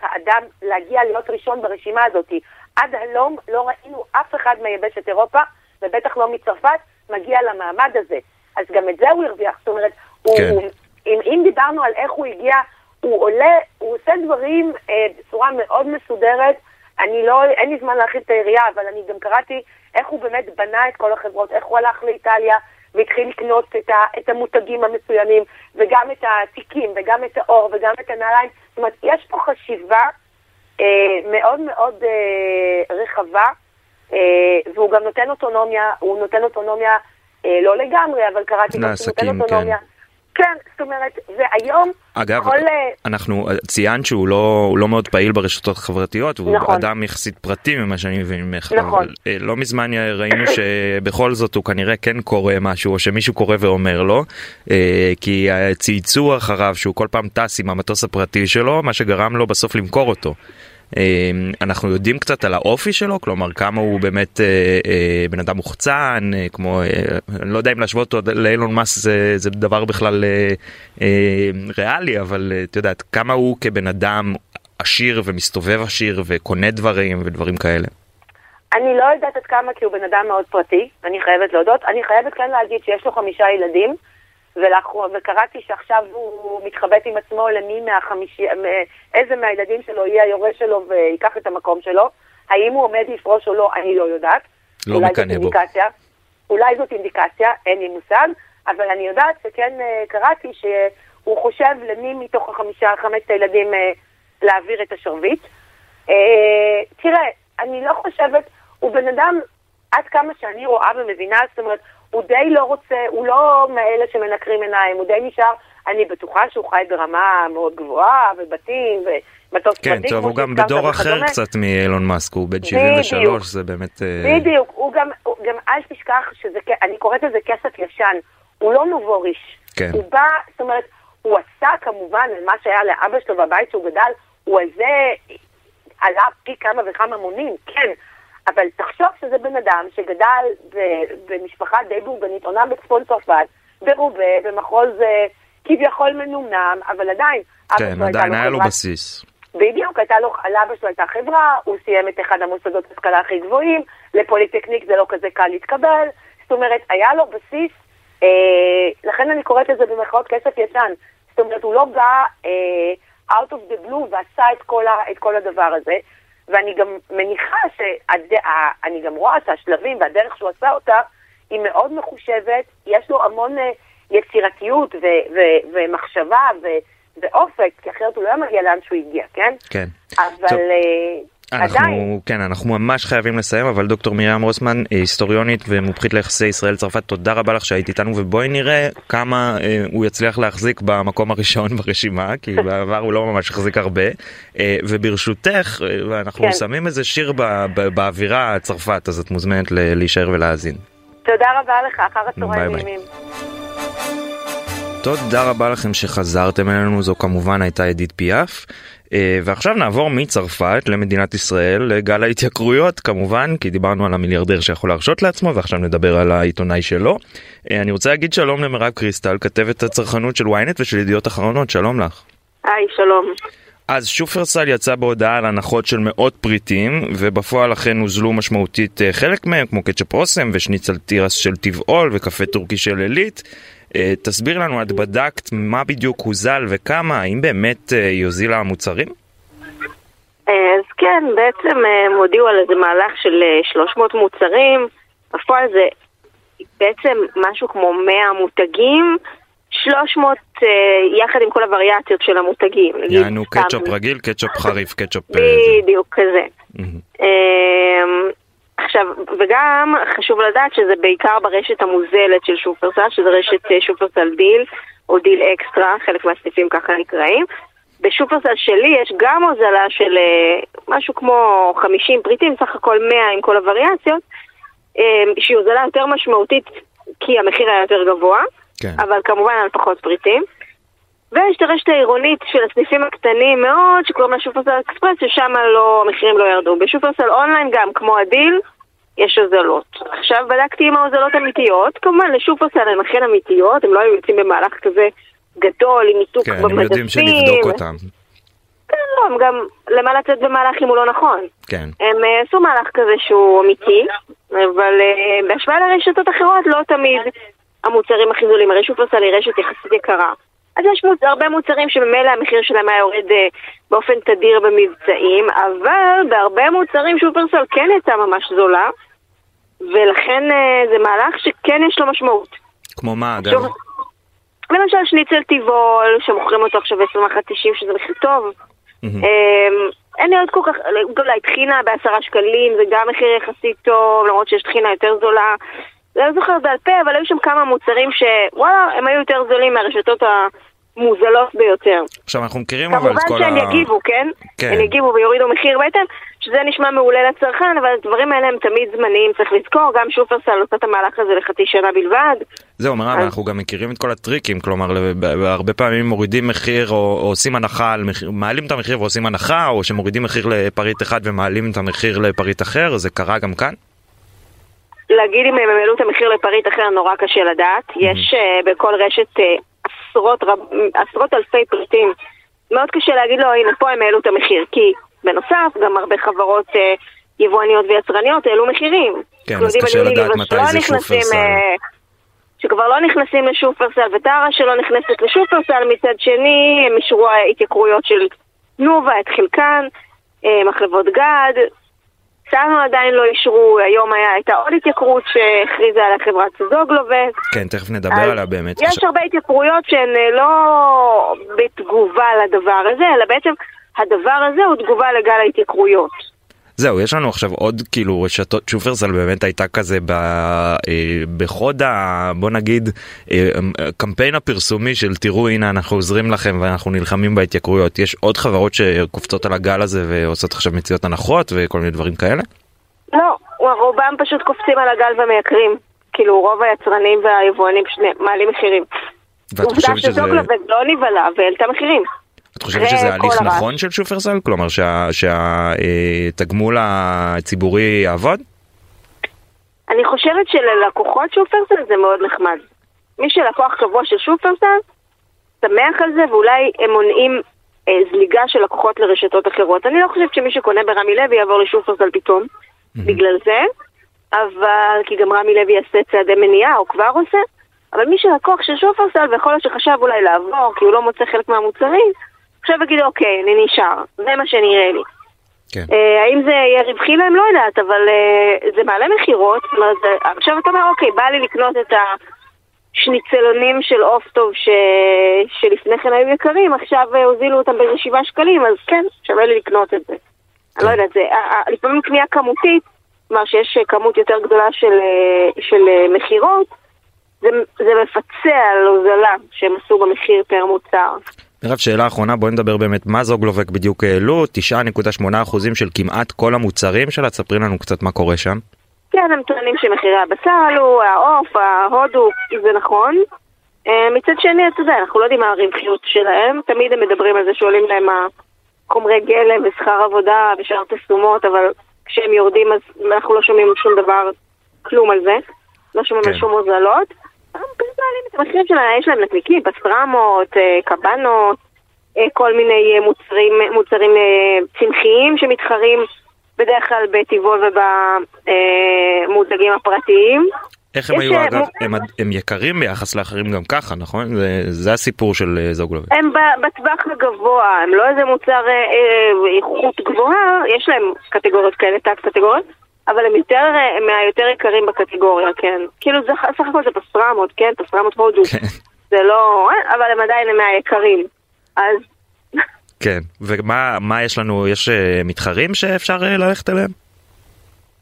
להיות ראשון ברשימה הזאת. עד היום לא ראינו אף אחד מייבשת אירופה, ובטח לא מצרפת, מגיע למעמד הזה. אז גם את זה הוא הרוויח. זאת אומרת, אם דיברנו על איך הוא הגיע, הוא עולה, הוא עושה דברים בצורה מאוד מסודרת. אין לי זמן להכין את העירייה, אבל אני גם קראתי איך הוא באמת בנה את כל החברות, איך הוא הלך לאיטליה והתחיל לקנות את המותגים המסוימים, וגם את העתיקים, וגם את האור, וגם את הנעליים. זאת אומרת, יש פה חשיבה מאוד מאוד רחבה, והוא גם נותן אוטונומיה, הוא נותן אוטונומיה לא לגמרי, אבל קראתי גם נותן אוטונומיה. כן, זאת אומרת, והיום... אגב, אנחנו ציינת שהוא לא מאוד פעיל ברשתות החברתיות, והוא אדם יחסית פרטי ממה שאני מבין ממך. נכון. לא מזמן ראינו שבכל זאת הוא כנראה כן קורא משהו, או שמישהו קורא ואומר לו, כי צייצו אחריו שהוא כל פעם טס עם המטוס הפרטי שלו, מה שגרם לו בסוף למכור אותו. אנחנו יודעים קצת על האופי שלו, כלומר כמה הוא באמת בן אדם מוחצן, כמו, אני לא יודע אם להשוות אותו לאילון מאסק זה דבר בכלל ריאלי, אבל את יודעת, כמה הוא כבן אדם עשיר ומסתובב עשיר וקונה דברים ודברים כאלה. אני לא יודעת עד כמה, כי הוא בן אדם מאוד פרטי, אני חייבת להודות. אני חייבת כן להגיד שיש לו 5 ילדים, וקראתי שעכשיו הוא מתחבט עם עצמו איזה מהילדים שלו יהיה היורש שלו ויקח את המקום שלו. האם הוא עומד לפרוש או לא, אני לא יודעת. לא מקנא בו. אולי זאת אינדיקציה, אין לי מושג, אבל אני יודעת שכן קראתי שהוא חושב למי מתוך 5 הילדים להעביר את השרביט. תראה, אני לא חושבת, הוא בן אדם עד כמה שאני רואה ומבינה, זאת אומרת, הוא די לא רוצה, הוא לא מאלה שמנקרים עיניים, הוא די נשאר, אני בטוחה שהוא חי ברמה מאוד גבוהה, ובתים, ומטוס פרטי. כן, טוב, הוא גם בדור אחר קצת מאילון מאסק, הוא בן 73, זה באמת... בדיוק, הוא גם אל תשכח שזה, אני קוראת לזה כסף ישן, הוא לא נובוריש. כן. הוא בא, זאת אומרת, הוא עשה כמובן מה שהיה לאבא שלו בבית שהוא גדל, הוא על זה עלה פי כמה וכמה מונים, כן, אבל תחשוב שזה בן אדם שגדל במשפחה די בורגנית, עונה בצפון צרפת, ברובה, במחוז כביכול מנומנם, אבל עדיין... כן, עדיין היה לו בסיס. בדיוק, לאבא שלו הייתה חברה, הוא סיים את אחד המוסדות השכלה הכי גבוהים, לפוליטקניק זה לא כזה קל להתקבל, זאת אומרת, היה לו בסיס, לכן אני קוראת לזה במרכאות כסף ישן, זאת אומרת, הוא לא בא out of the blue ועשה את כל הדבר הזה, ואני גם מניחה אני גם רואה שהשלבים והדרך שהוא עשה אותה היא מאוד מחושבת, יש לו המון יצירתיות ומחשבה ואופק, כי אחרת הוא לא מגיע לאן שהוא הגיע, כן? כן. אבל עדיין... כן, אנחנו ממש חייבים לסיים, אבל דוקטור מרים רוסמן, היסטוריונית ומומחית ליחסי ישראל-צרפת, תודה רבה לך שהיית איתנו, ובואי נראה כמה הוא יצליח להחזיק במקום הראשון ברשימה, כי בעבר הוא לא ממש החזיק הרבה, וברשותך, ואנחנו שמים איזה שיר באווירה הצרפת, אז את מוזמנת להישאר ולהאזין. תודה רבה לך, אחר הצהריים נעימים. תודה רבה לכם שחזרתם אלינו, זו כמובן הייתה אדית פיאף. ועכשיו נעבור מצרפת למדינת ישראל, לגל ההתייקרויות כמובן, כי דיברנו על המיליארדר שיכול להרשות לעצמו, ועכשיו נדבר על העיתונאי שלו. אני רוצה להגיד שלום למירב קריסטל, כתבת הצרכנות של ynet ושל ידיעות אחרונות, שלום לך. היי, שלום. אז שופרסל יצא בהודעה על הנחות של מאות פריטים, ובפועל אכן הוזלו משמעותית חלק מהם, כמו קטשופ אוסם ושניצל תירס של טבעול וקפה טורקי של אלית. תסביר לנו, את בדקת מה בדיוק הוזל וכמה, האם באמת יוזיל המוצרים? אז כן, בעצם הם הודיעו על איזה מהלך של 300 מוצרים, בפועל זה בעצם משהו כמו 100 מותגים, 300 יחד עם כל הווריאציות של המותגים. יענו קטשופ רגיל, קטשופ חריף, קטשופ... בדיוק כזה. עכשיו, וגם חשוב לדעת שזה בעיקר ברשת המוזלת של שופרסל, שזה רשת שופרסל דיל, או דיל אקסטרה, חלק מהסניפים ככה נקראים. בשופרסל שלי יש גם הוזלה של משהו כמו 50 פריטים, סך הכל 100 עם כל הווריאציות, שהיא הוזלה יותר משמעותית, כי המחיר היה יותר גבוה, כן. אבל כמובן על פחות פריטים. ויש את הרשת העירונית של הסניפים הקטנים מאוד, שקוראים לה שופרסל אקספרס, ששם המחירים לא ירדו. בשופרסל אונליין גם, כמו הדיל, יש הוזלות. עכשיו בדקתי עם ההוזלות אמיתיות, כמובן לשופרסל הן אכן אמיתיות, הם לא היו יוצאים במהלך כזה גדול, עם עיסוק כן, במדפים. הם יודעים שנבדוק אותם. כן, לא, הם גם למה לצאת במהלך אם הוא לא נכון. כן. הם עשו מהלך כזה שהוא אמיתי, אבל בהשוואה לרשתות אחרות לא תמיד המוצרים הכי זולים. הרי שופרסל היא רשת יחסית יקרה. אז יש הרבה מוצרים שממילא המחיר שלהם היה יורד באופן תדיר במבצעים, אבל בהרבה מוצרים שופרסל כן הייתה ממש זולה, ולכן זה מהלך שכן יש לו משמעות. כמו מה אגב? למשל שניצל טיבול, שמוכרים אותו עכשיו ב-21.90, שזה מחיר טוב. אין לי עוד כל כך, אולי תחינה ב10 שקלים, זה גם מחיר יחסית טוב, למרות שיש תחינה יותר זולה. לא זוכר בעל פה, אבל היו שם כמה מוצרים שוואלה, הם היו יותר זולים מהרשתות המוזלות ביותר. עכשיו אנחנו מכירים אבל את כל כמובן שהם יגיבו, כן? הם יגיבו ויורידו מחיר בהתאם, שזה נשמע מעולה לצרכן, אבל הדברים האלה הם תמיד זמניים, צריך לזכור, גם שופרסל עושה את המהלך הזה לחצי שנה בלבד. זהו, מרב, אנחנו גם מכירים את כל הטריקים, כלומר, הרבה פעמים מורידים מחיר או עושים הנחה, מעלים את המחיר ועושים הנחה, או שמורידים מחיר לפריט אחד ומעלים את המחיר לפריט אחר, זה קרה גם כאן? להגיד אם הם העלו את המחיר לפריט אחר נורא קשה לדעת. יש בכל רשת עשרות אלפי פריטים. מאוד קשה להגיד לו, הנה פה הם העלו את המחיר, כי בנוסף גם הרבה חברות יבואניות ויצרניות העלו מחירים. כן, אז קשה לדעת מתי זה שופרסל. שכבר לא נכנסים לשופרסל, וטרה שלא נכנסת לשופרסל, מצד שני הם אישרו התייקרויות של תנובה, את חלקן, מחלבות גד, סנו עדיין לא אישרו, היום הייתה עוד התייקרות שהכריזה על חברת זוגלובק. כן, תכף נדבר עליה באמת. יש הרבה התייקרויות שהן לא בתגובה לדבר הזה, אלא בעצם הדבר הזה הוא תגובה לגל ההתייקרויות. זהו, יש לנו עכשיו עוד כאילו רשתות, שופרסל באמת הייתה כזה בחוד בוא נגיד קמפיין הפרסומי של תראו הנה אנחנו עוזרים לכם ואנחנו נלחמים בהתייקרויות. יש עוד חברות שקופצות על הגל הזה ועושות עכשיו מציאות הנחות וכל מיני דברים כאלה? לא, רובם פשוט קופצים על הגל ומייקרים. כאילו רוב היצרנים והיבואנים מעלים מחירים. ואת חושבת שזה... זוגלובק לא נבלה והעלתה מחירים. את חושבת שזה הליך נכון של שופרסל? כלומר שהתגמול הציבורי יעבוד? אני חושבת שללקוחות שופרסל זה מאוד נחמד. מי שלקוח קבוע של שופרסל שמח על זה, ואולי הם מונעים זליגה של לקוחות לרשתות אחרות. אני לא חושבת שמי שקונה ברמי לוי יעבור לשופרסל פתאום בגלל זה, אבל כי גם רמי לוי יעשה צעדי מניעה או כבר עושה, אבל מי שלקוח של שופרסל ויכול להיות שחשב אולי לעבור כי הוא לא מוצא חלק מהמוצרים, עכשיו אגיד, אוקיי, אני נשאר. זה מה שנראה לי. כן. האם זה יהיה רווחי להם? לא יודעת, אבל זה מעלה מחירות. עכשיו אתה אומר, אוקיי, בא לי לקנות את השניצלונים של אוף טוב שלפני כן היו יקרים, עכשיו הוזילו אותם ב7 שקלים, אז כן, שווה לי לקנות את זה. אני לא יודעת, לפעמים קנייה כמותית, כלומר שיש כמות יותר גדולה של מחירות, זה מפצה על הוזלה שהם עשו במחיר פר מוצר. מרב, שאלה האחרונה, בואי נדבר באמת מה זוגלובק בדיוק העלו, 9.8% של כמעט כל המוצרים שלה, תספרי לנו קצת מה קורה שם. כן, הם טוענים שמחירי הבשר עלו, העוף, ההודו, זה נכון. מצד שני, אתה יודע, אנחנו לא יודעים מה הרווחיות שלהם, תמיד הם מדברים על זה שעולים להם חומרי גלם ושכר עבודה ושאר תשומות, אבל כשהם יורדים אז אנחנו לא שומעים שום דבר, כלום על זה, לא שומעים על שום הוזלות. המחירים שלהם, יש להם נקניקים, פסטרמות, קבנות, כל מיני מוצרים צמחיים שמתחרים בדרך כלל בטבעול ובמותגים הפרטיים. איך הם היו אגב? הם יקרים ביחס לאחרים גם ככה, נכון? זה הסיפור של זוגלובק. הם בטווח הגבוה, הם לא איזה מוצר איכות גבוהה, יש להם קטגוריות כאלה, תת קטגוריות, אבל הם מהיותר יקרים בקטגוריה, כן. כאילו זה סך הכל זה פסטרמות, כן? פסטרמות הודו. זה לא, אבל הם עדיין מהיקרים. אז... כן, ומה יש לנו, יש מתחרים שאפשר ללכת אליהם?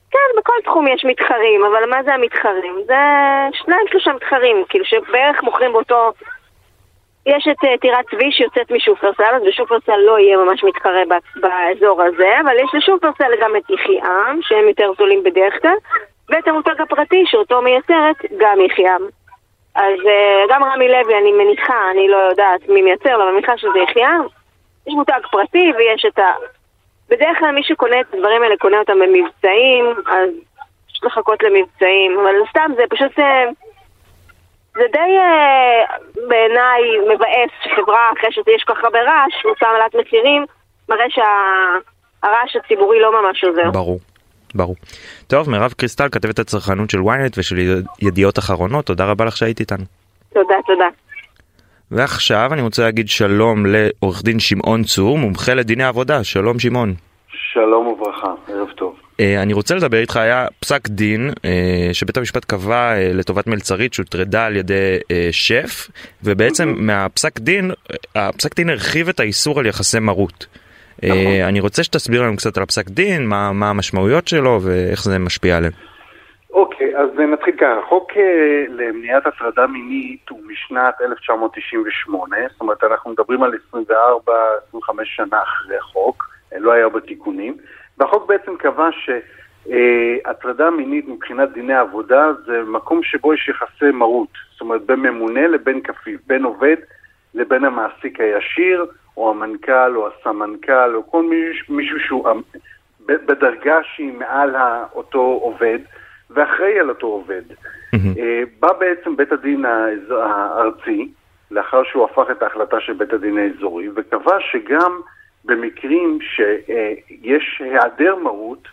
כן, בכל תחום יש מתחרים, אבל מה זה המתחרים? זה 2-3 מתחרים, כאילו שבערך מוכרים באותו... יש את טירת צבי שיוצאת משופרסל, אז בשופרסל לא יהיה ממש מתחרה באזור הזה, אבל יש לשופרסל גם את יחיעם, שהם יותר זולים בדרך כלל, ואת המותג הפרטי שאותו מייצרת גם יחיעם. אז גם רמי לוי, אני מניחה, אני לא יודעת מי מייצר, אבל מניחה שזה יחיעם. יש מותג פרטי ויש את ה... בדרך כלל מי שקונה את הדברים האלה קונה אותם במבצעים, אז יש לחכות למבצעים, אבל סתם זה פשוט... זה די בעיניי מבאס שחברה אחרי שזה יש ככה ברעש, הוא שם עלת מחירים, מראה שהרעש הציבורי לא ממש עוזר. ברור. טוב, מירב קריסטל, כתבת הצרכנות של ynet ושל ידיעות אחרונות, תודה רבה לך שהיית איתנו. תודה. ועכשיו אני רוצה להגיד שלום לעורך דין שמעון צור, מומחה לדיני עבודה. שלום שמעון. שלום וברכה, ערב טוב. אני רוצה לדבר איתך, היה פסק דין שבית המשפט קבע לטובת מלצרית שהוטרדה על ידי שף, ובעצם מהפסק דין, הפסק דין הרחיב את האיסור על יחסי מרות. אני רוצה שתסביר לנו קצת על הפסק דין, מה המשמעויות שלו ואיך זה משפיע עליהם. אוקיי, אז נתחיל כאן. החוק למניעת הטרדה מינית הוא משנת 1998, זאת אומרת אנחנו מדברים על 24-25 שנה אחרי החוק, לא היה בתיקונים, והחוק בעצם קבע שהטרדה מינית מבחינת דיני עבודה זה מקום שבו יש יחסי מרות, זאת אומרת בין ממונה לבין כפיף, בין עובד לבין המעסיק הישיר, או המנכ"ל או הסמנכ"ל, או כל מישהו שהוא בדרגה שהיא מעל אותו עובד, ואחראי על אותו עובד. בא בעצם בית הדין הארצי, לאחר שהוא הפך את ההחלטה של בית הדין האזורי, וקבע שגם במקרים שיש היעדר מרות,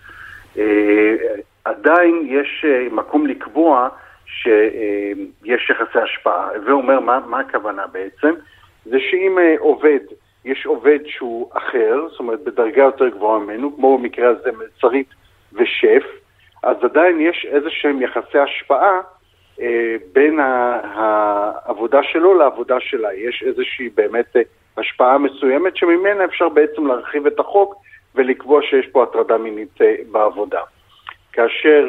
עדיין יש מקום לקבוע שיש יחסי השפעה. ואומר מה הכוונה בעצם? זה שאם יש עובד שהוא אחר, זאת אומרת בדרגה יותר גבוהה ממנו, כמו במקרה הזה מלצרית ושף, אז עדיין יש איזה שהם יחסי השפעה בין העבודה שלו לעבודה שלה. יש איזושהי באמת השפעה מסוימת שממנה אפשר בעצם להרחיב את החוק ולקבוע שיש פה הטרדה מינית בעבודה. כאשר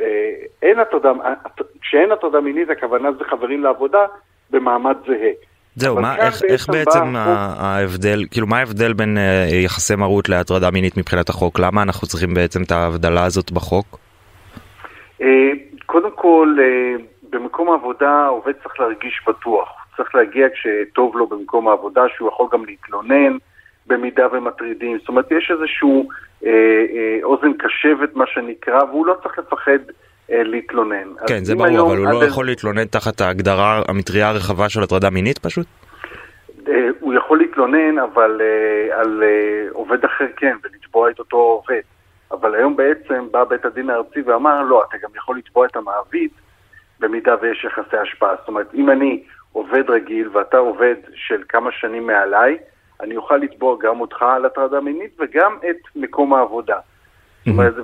כשאין הטרדה מינית, הכוונה זה חברים לעבודה במעמד זהה. זהו, איך בעצם ההבדל, כאילו מה ההבדל בין יחסי מרות להטרדה מינית מבחינת החוק? למה אנחנו צריכים בעצם את ההבדלה הזאת בחוק? קודם כל, במקום העבודה העובד צריך להרגיש בטוח. צריך להגיע כשטוב לו במקום העבודה, שהוא יכול גם להתלונן במידה ומטרידים. זאת אומרת, יש איזשהו אוזן קשבת, מה שנקרא, והוא לא צריך לפחד להתלונן. כן, זה ברור, אבל הוא לא יכול להתלונן תחת ההגדרה, המטריה הרחבה של הטרדה מינית פשוט? הוא יכול להתלונן, אבל על עובד אחר כן, ולתבוע את אותו עובד. אבל היום בעצם בא בית הדין הארצי ואמר, לא, אתה גם יכול לתבוע את המעביד במידה ויש יחסי השפעה. זאת אומרת, אם אני עובד רגיל ואתה עובד של כמה שנים מעליי, אני אוכל לתבוע גם אותך על הטרדה מינית וגם את מקום העבודה. זאת אומרת,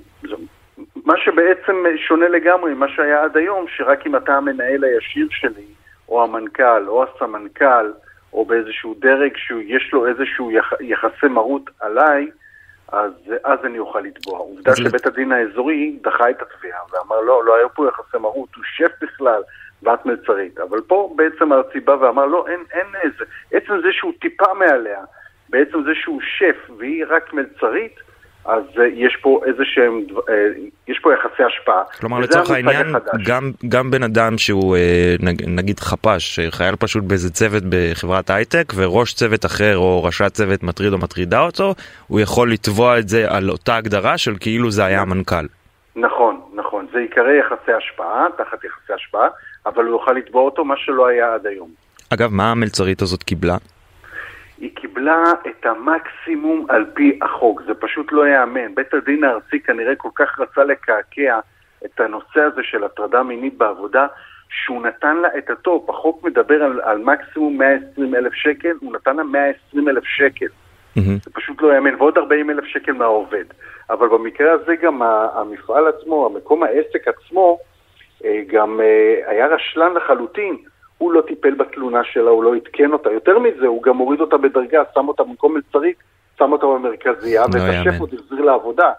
מה שבעצם שונה לגמרי ממה שהיה עד היום, שרק אם אתה המנהל הישיר שלי, או המנכ"ל, או הסמנכ"ל, או באיזשהו דרג שיש לו איזשהו יחסי מרות עליי, אז אני אוכל לתבוע. עובדה שבית הדין האזורי דחה את התביעה, ואמר לא היה פה יחסי מרות, הוא שף בכלל, ואת מלצרית. אבל פה בעצם הארצי בא ואמר, לא, אין איזה. עצם זה שהוא טיפה מעליה, בעצם זה שהוא שף, והיא רק מלצרית, אז יש פה איזשהם, יש פה יחסי השפעה. כלומר, לצורך העניין, גם בן אדם שהוא נגיד חפש, חייל פשוט באיזה צוות בחברת הייטק, וראש צוות אחר או ראשת צוות מטריד או מטרידה אותו, הוא יכול לתבוע את זה על אותה הגדרה של כאילו זה היה המנכ"ל. נכון. זה יקרא יחסי השפעה, תחת יחסי השפעה, אבל הוא יוכל לתבוע אותו מה שלא היה עד היום. אגב, מה המלצרית הזאת קיבלה? היא קיבלה את המקסימום על פי החוק, זה פשוט לא יאמן. בית הדין הארצי כנראה כל כך רצה לקעקע את הנושא הזה של הטרדה מינית בעבודה, שהוא נתן לה את הטופ. החוק מדבר על מקסימום 120,000 שקל, הוא נתן לה 120,000 שקל. זה פשוט לא יאמן, ועוד 40,000 שקל מהעובד. אבל במקרה הזה גם המפעל עצמו, המקום העסק עצמו, גם היה רשלן לחלוטין. הוא לא טיפל בתלונה שלה, הוא לא התקן אותה. יותר מזה, הוא גם הוריד אותה בדרגה, שם אותה במקום מלצרית, שם אותה במרכזייה, ואת השף עוד החזיר לעבודה.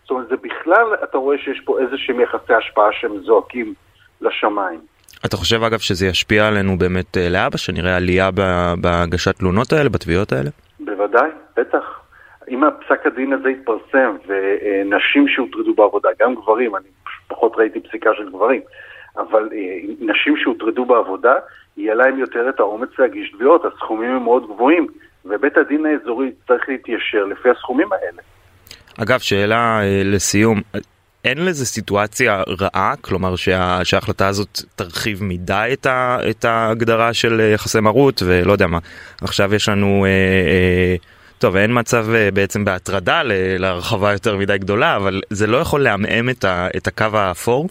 זאת אומרת, זה בכלל, אתה רואה שיש פה איזשהם יחסי השפעה שהם זועקים לשמיים. אתה חושב אגב שזה ישפיע עלינו באמת לאבא, שנראה עלייה בהגשת תלונות האלה, בתביעות האלה? בוודאי, בטח. אם הפסק הדין הזה יתפרסם, ונשים שהוטרדו בעבודה, גם גברים, אני פחות ראיתי פסיקה של גברים, אבל נשים שהוטרדו בעבודה, יהיה להם יותר את האומץ להגיש תביעות, הסכומים הם מאוד גבוהים, ובית הדין האזורי צריך להתיישר לפי הסכומים האלה. אגב, שאלה לסיום, אין לזה סיטואציה רעה? כלומר שההחלטה הזאת תרחיב מדי את ההגדרה של יחסי מרות, ולא יודע מה, עכשיו יש לנו... טוב, אין מצב בעצם בהטרדה להרחבה יותר מדי גדולה, אבל זה לא יכול לעמעם את הקו האפור?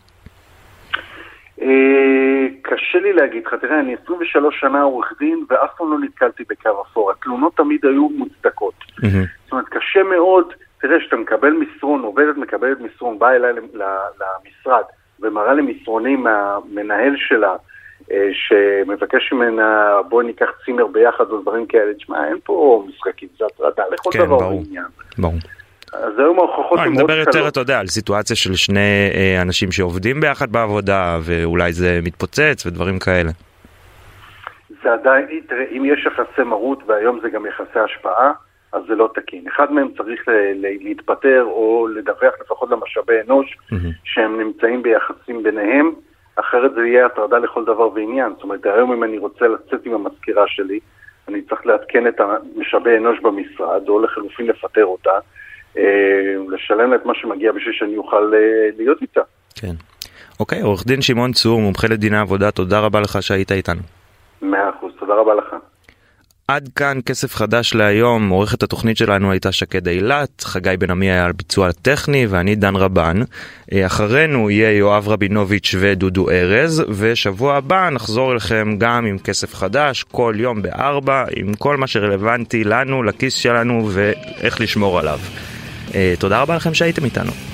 קשה לי להגיד לך, תראה, אני 23 שנה עורך דין, ואף פעם לא נתקלתי בקו אפור. התלונות תמיד היו מוצדקות. זאת אומרת, קשה מאוד, תראה, שאתה מקבל מסרון, עובדת מקבלת מסרון, באה אליי למשרד, ומראה למסרונים מהמנהל שלה, שמבקש ממנה, בואי ניקח צימר ביחד או דברים כאלה, תשמע, אין פה משחקים, זה הטרדה לכל דבר בעניין. ברור. אז היום ההוכחות אני מדבר יותר, אתה יודע, על סיטואציה של שני אנשים שעובדים ביחד בעבודה, ואולי זה מתפוצץ ודברים כאלה. זה עדיין, תראה, אם יש יחסי מרות, והיום זה גם יחסי השפעה, אז זה לא תקין. אחד מהם צריך להתפטר, או לדווח לפחות למשאבי אנוש, שהם נמצאים ביחסים ביניהם, אחרת זה יהיה הטרדה לכל דבר ועניין. זאת אומרת, היום אם אני רוצה לצאת עם המזכירה שלי, אני צריך להתקן את המשאבי אנוש במשרד, או לחלופין לפטר אותה, לשלם לה את מה שמגיע בשביל שאני אוכל להיות איתה. כן. אוקיי, עורך דין שמעון צור, מומחה לדיני עבודה, תודה רבה לך שהיית איתנו. 100%, תודה רבה לך. עד כאן כסף חדש להיום. עורכת התוכנית שלנו הייתה שקד אילת, חגי בן עמי היה על ביצוע הטכני, ואני דן רבן. אחרינו יהיה יואב רבינוביץ' ודודו ארז, ושבוע הבא נחזור אליכם גם עם כסף חדש, כל יום ב-4, עם כל מה שרלוונטי לנו, לכיס שלנו, ואיך לשמור עליו. תודה רבה לכם שהייתם איתנו.